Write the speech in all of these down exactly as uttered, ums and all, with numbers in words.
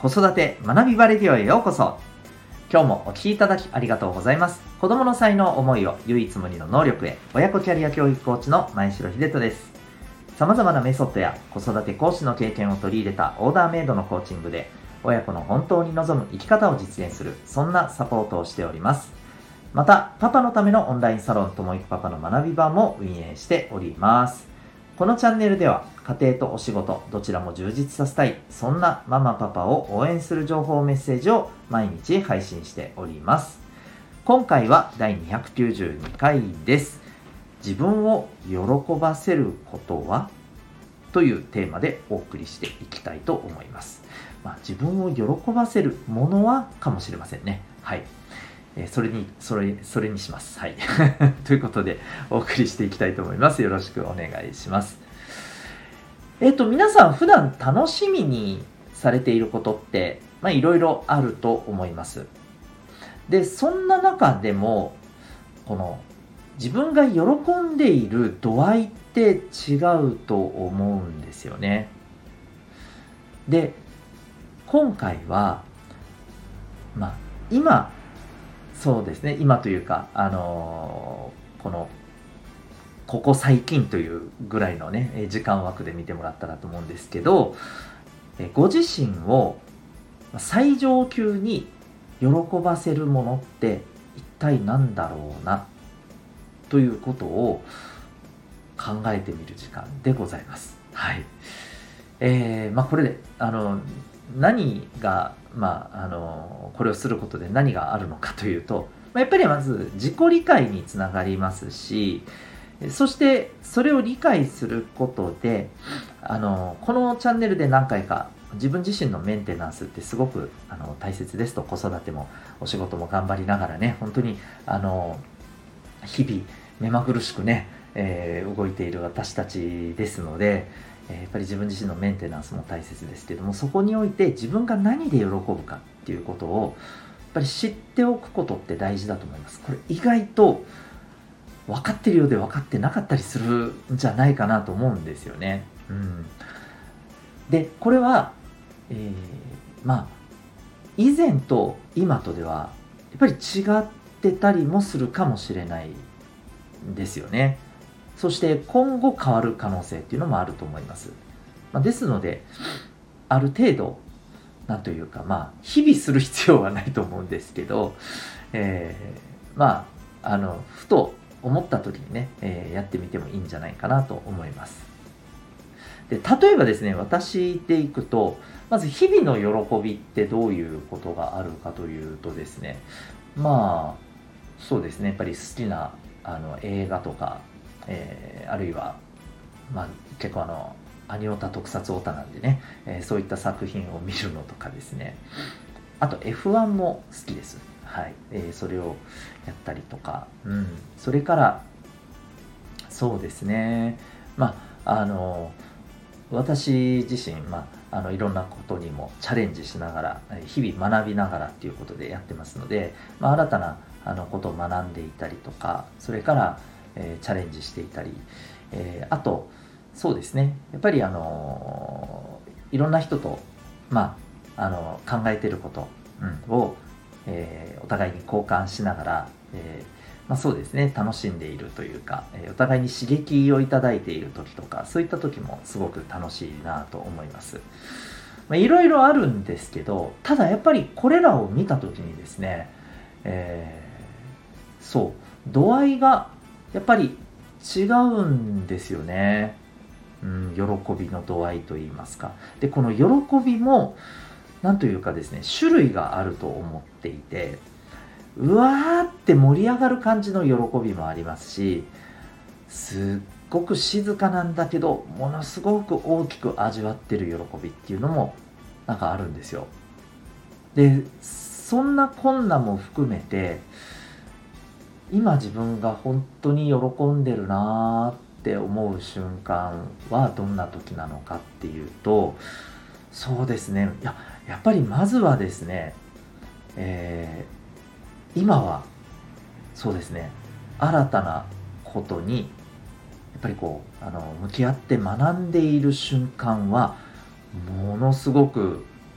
子育て学びバレディオへようこそ。今日もお聞きいただきありがとうございます。子供の才能、思いを唯一無二の能力へ、親子キャリア教育コーチの前城秀人です。様々なメソッドや子育て講師の経験を取り入れたオーダーメイドのコーチングで、親子の本当に望む生き方を実現する、そんなサポートをしております。また、パパのためのオンラインサロンともいくパパの学び場も運営しております。このチャンネルでは、家庭とお仕事、どちらも充実させたい、そんなママパパを応援する情報メッセージを毎日配信しております。今回はだいにひゃくきゅうじゅうにかいです。自分を喜ばせることはというテーマでお送りしていきたいと思います。まあ、自分を喜ばせるものはかもしれませんね。はい。えー、それに、それ、それにします。はい。ということで、お送りしていきたいと思います。よろしくお願いします。えっと、皆さん普段楽しみにされていることって、まあ、いろいろあると思います。で、そんな中でも、この、自分が喜んでいる度合いって違うと思うんですよね。で、今回は、まあ、今、そうですね、今というか、あのー、この、ここ最近というぐらいのね、時間枠で見てもらったらと思うんですけど、ご自身を最上級に喜ばせるものって一体何だろうな、ということを考えてみる時間でございます。はい。えー、まあこれで、あの、何が、まあ、あの、これをすることで何があるのかというと、やっぱりまず自己理解につながりますし、そしてそれを理解することで、あの、このチャンネルで何回か自分自身のメンテナンスってすごくあの大切ですと、子育てもお仕事も頑張りながらね、本当にあの、日々目まぐるしくね、えー、動いている私たちですので、やっぱり自分自身のメンテナンスも大切ですけども、そこにおいて自分が何で喜ぶかっていうことをやっぱり知っておくことって大事だと思います。これ意外と分かってるようで分かってなかったりするんじゃないかなと思うんですよね。うん、で、これは、えー、まあ以前と今とではやっぱり違ってたりもするかもしれないんですよね。そして今後変わる可能性っていうのもあると思います。まあ、ですので、ある程度、なんというか、まあ、日々する必要はないと思うんですけど、えー、まあ、あの、ふと思った時にね、えー、やってみてもいいんじゃないかなと思います。で、例えばですね、私でいくと、まず日々の喜びってどういうことがあるかというとですね、まあ、そうですね、やっぱり好きなあの映画とか、えー、あるいは、まあ、結構あのアニオタ特撮オタなんでね、えー、そういった作品を見るのとかですね、あと エフワン も好きです。はい、えー、それをやったりとか、うん、それからそうですね、まああの私自身、まあ、あのいろんなことにもチャレンジしながら、日々学びながらっていうことでやってますので、まあ、新たなあのことを学んでいたりとか、それからえー、チャレンジしていたり、えー、あとそうですね、やっぱりあのー、いろんな人と、まあ、あのー、考えていること、うん、を、えー、お互いに交換しながら、えーまあ、そうですね、楽しんでいるというか、えー、お互いに刺激をいただいている時とか、そういった時もすごく楽しいなと思います。まあ、いろいろあるんですけど、ただやっぱりこれらを見た時にですね、えー、そう度合いがやっぱり違うんですよね。うん、喜びの度合いといいますか。で、この喜びも、なんというかですね、種類があると思っていて、うわーって盛り上がる感じの喜びもありますし、すっごく静かなんだけど、ものすごく大きく味わってる喜びっていうのも、なんかあるんですよ。で、そんな困難も含めて、今自分が本当に喜んでるなーって思う瞬間はどんな時なのかっていうと、そうですね、いや、やっぱりまずはですね、えー、今はそうですね、新たなことにやっぱりこうあの向き合って学んでいる瞬間はものすごく喜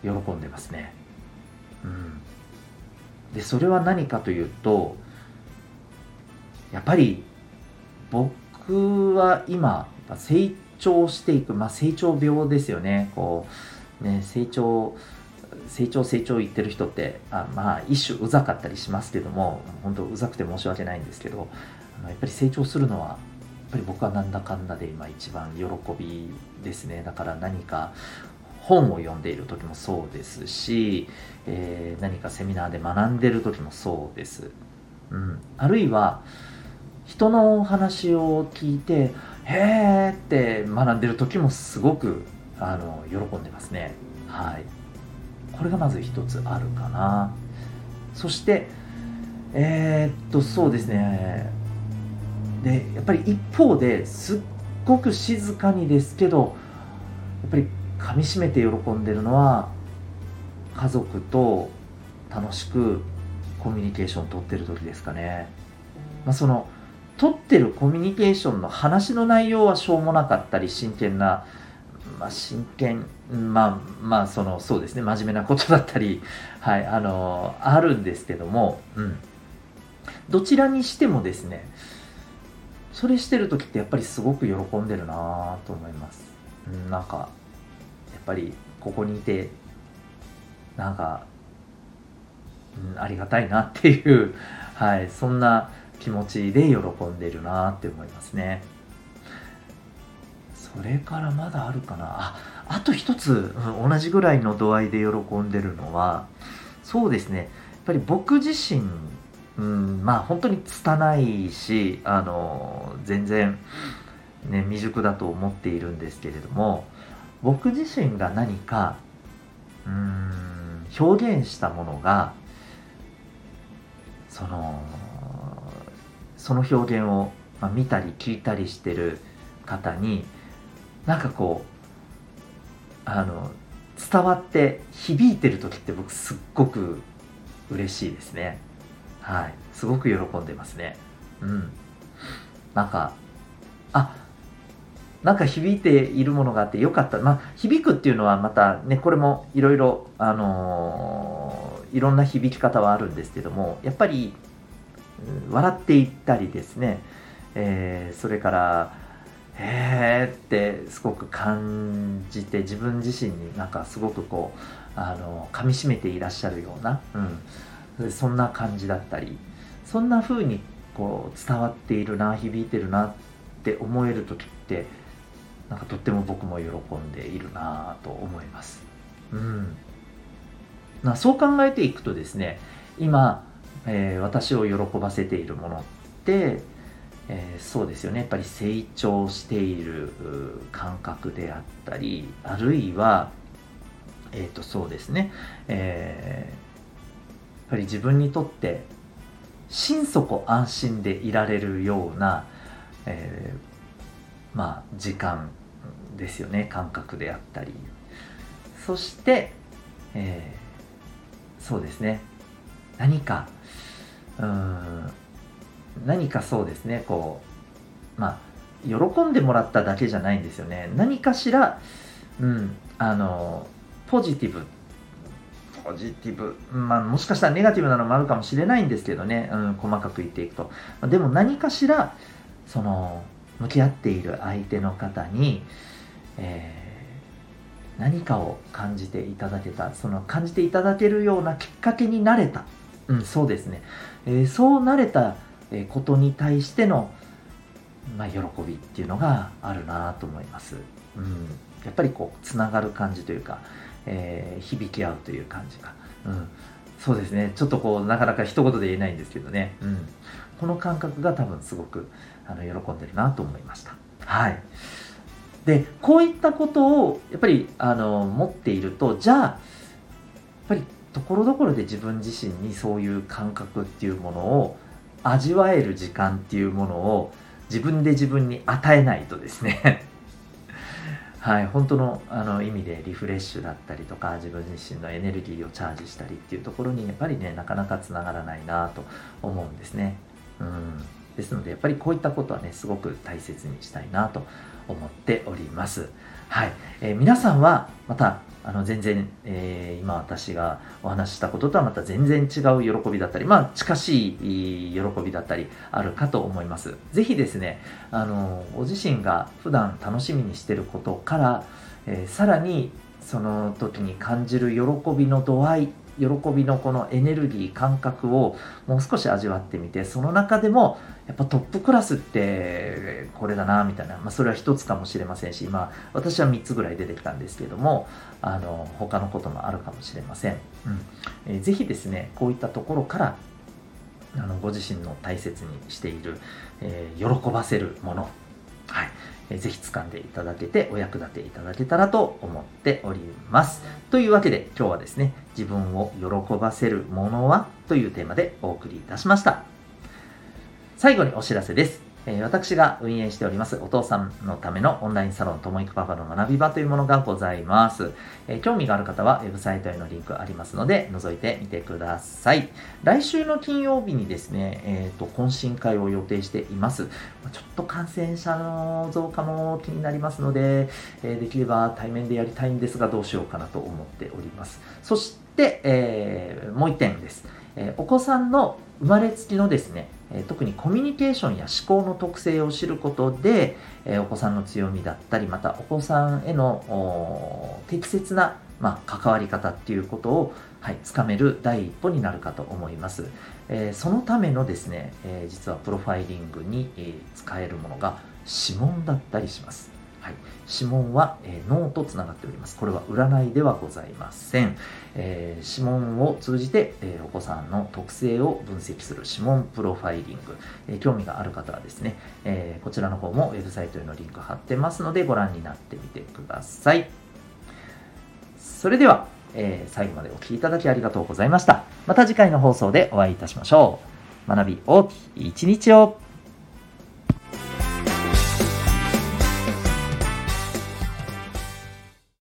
喜んでますね。うん、でそれは何かというと、やっぱり僕は今成長していく、まあ、成長病ですよね。こうね成長成長成長言ってる人ってあまあ一種うざかったりしますけども、本当うざくて申し訳ないんですけど、あのやっぱり成長するのはやっぱり僕はなんだかんだで今一番喜びですね。だから何か本を読んでいる時もそうですし、えー何かセミナーで学んでる時もそうです。うん、あるいは人の話を聞いてへーって学んでる時もすごくあの喜んでますね。はい。これがまず一つあるかな。そしてえーっとそうですね。でやっぱり一方ですっごく静かにですけど、やっぱり噛み締めて喜んでるのは家族と楽しくコミュニケーションを取ってる時ですかね。まあ、その取ってるコミュニケーションの話の内容はしょうもなかったり真剣な、まあ、真剣まあまあそのそうですね真面目なことだったり、はい、あのあるんですけども、うん、どちらにしてもですね、それしてる時ってやっぱりすごく喜んでるなと思います。うん、なんかやっぱりここにいてなんか、うん、ありがたいなっていう、はい、そんな気持ちで喜んでるなって思いますね。それからまだあるかなあ。あと一つ、うん、同じぐらいの度合いで喜んでるのは、そうですねやっぱり僕自身、うん、まあ本当に拙いし、あの全然ね未熟だと思っているんですけれども、僕自身が何かうーん表現したものがそのその表現を、まあ、見たり聞いたりしてる方になんかこうあの伝わって響いてる時って僕すっごく嬉しいですね。はい、すごく喜んでますね。うん、なんかあなんか響いているものがあってよかった。まあ響くっていうのはまたねこれもいろいろあのーいろんな響き方はあるんですけども、やっぱりうん笑っていったりですね、えーそれからへーってすごく感じて自分自身になんかすごくこうあの噛み締めていらっしゃるような、うん、そんな感じだったり、そんな風にこう伝わっているな響いてるなって思える時ってなんかとっても僕も喜んでいるなと思います。うん、まあ、そう考えていくとですね、今、えー私を喜ばせているものって、えーそうですよね。やっぱり成長しているう感覚であったり、あるいは、えっと、そうですね。えーやっぱり自分にとって心底安心でいられるような、えーまあ、時間ですよね。感覚であったり。そして、えーそうですね。何か、うーん、何かそうですね、こう、まあ、喜んでもらっただけじゃないんですよね。何かしら、うん、あの、ポジティブ、ポジティブ、まあ、もしかしたらネガティブなのもあるかもしれないんですけどね、うん、細かく言っていくと。でも何かしら、その、向き合っている相手の方に、えー何かを感じていただけた、その感じていただけるようなきっかけになれた。うん、そうですね。えーそうなれたえーことに対しての、まあ、喜びっていうのがあるなと思います。うん、やっぱりこうつながる感じというか、えー響き合うという感じが、うん、そうですね。ちょっとこうなかなか一言で言えないんですけどね、うん、この感覚が多分すごくあの喜んでるなと思いました。はい。で、こういったことをやっぱりあの持っていると、じゃあやっぱりところどころで自分自身にそういう感覚っていうものを味わえる時間っていうものを自分で自分に与えないとですねはい、本当のあの意味でリフレッシュだったりとか、自分自身のエネルギーをチャージしたりっていうところにやっぱりね、なかなかつながらないなと思うんですね。うん。 ですので、やっぱりこういったことはね、すごく大切にしたいなと思っております。はい。えー、皆さんは、また、あの、全然、えー、今私がお話ししたこととはまた全然違う喜びだったり、まあ、近しい喜びだったりあるかと思います。ぜひですね、あの、ご自身が普段楽しみにしていることから、えー、さらにその時に感じる喜びの度合い、喜びのこのエネルギー、感覚をもう少し味わってみて、その中でもやっぱトップクラスってこれだなみたいな、まあ、それは一つかもしれませんし、まあ、私はみっつぐらい出てきたんですけども、あの他のこともあるかもしれません。うんえー、ぜひですね、こういったところからあのご自身の大切にしている、えー、喜ばせるもの、はい、えー、ぜひ掴んでいただけてお役立ていただけたらと思っております。というわけで今日はですね、自分を喜ばせるものはというテーマでお送りいたしました。最後にお知らせです。えー、私が運営しておりますお父さんのためのオンラインサロンともいくパパの学び場というものがございます。えー、興味がある方はウェブサイトへのリンクありますので覗いてみてください。来週の金曜日にですね、えーと、懇親会を予定しています。ちょっと感染者の増加も気になりますので、えー、できれば対面でやりたいんですがどうしようかなと思っております。そして、えー、もう一点です。えー、お子さんの生まれつきのですね、えー、特にコミュニケーションや思考の特性を知ることで、えー、お子さんの強みだったり、またお子さんへの適切な、まあ、関わり方っていうことを、はい、つかめる第一歩になるかと思います。えー、そのためのですね、えー、実はプロファイリングに、えー、使えるものが指紋だったりします。はい、指紋は、えー、脳とつながっております。これは占いではございません。えー、指紋を通じて、えー、お子さんの特性を分析する指紋プロファイリング、えー、興味がある方はですね、えー、こちらの方もウェブサイトへのリンク貼ってますのでご覧になってみてください。それでは、えー、最後までお聞きいただきありがとうございました。また次回の放送でお会いいたしましょう。学び大きい一日を。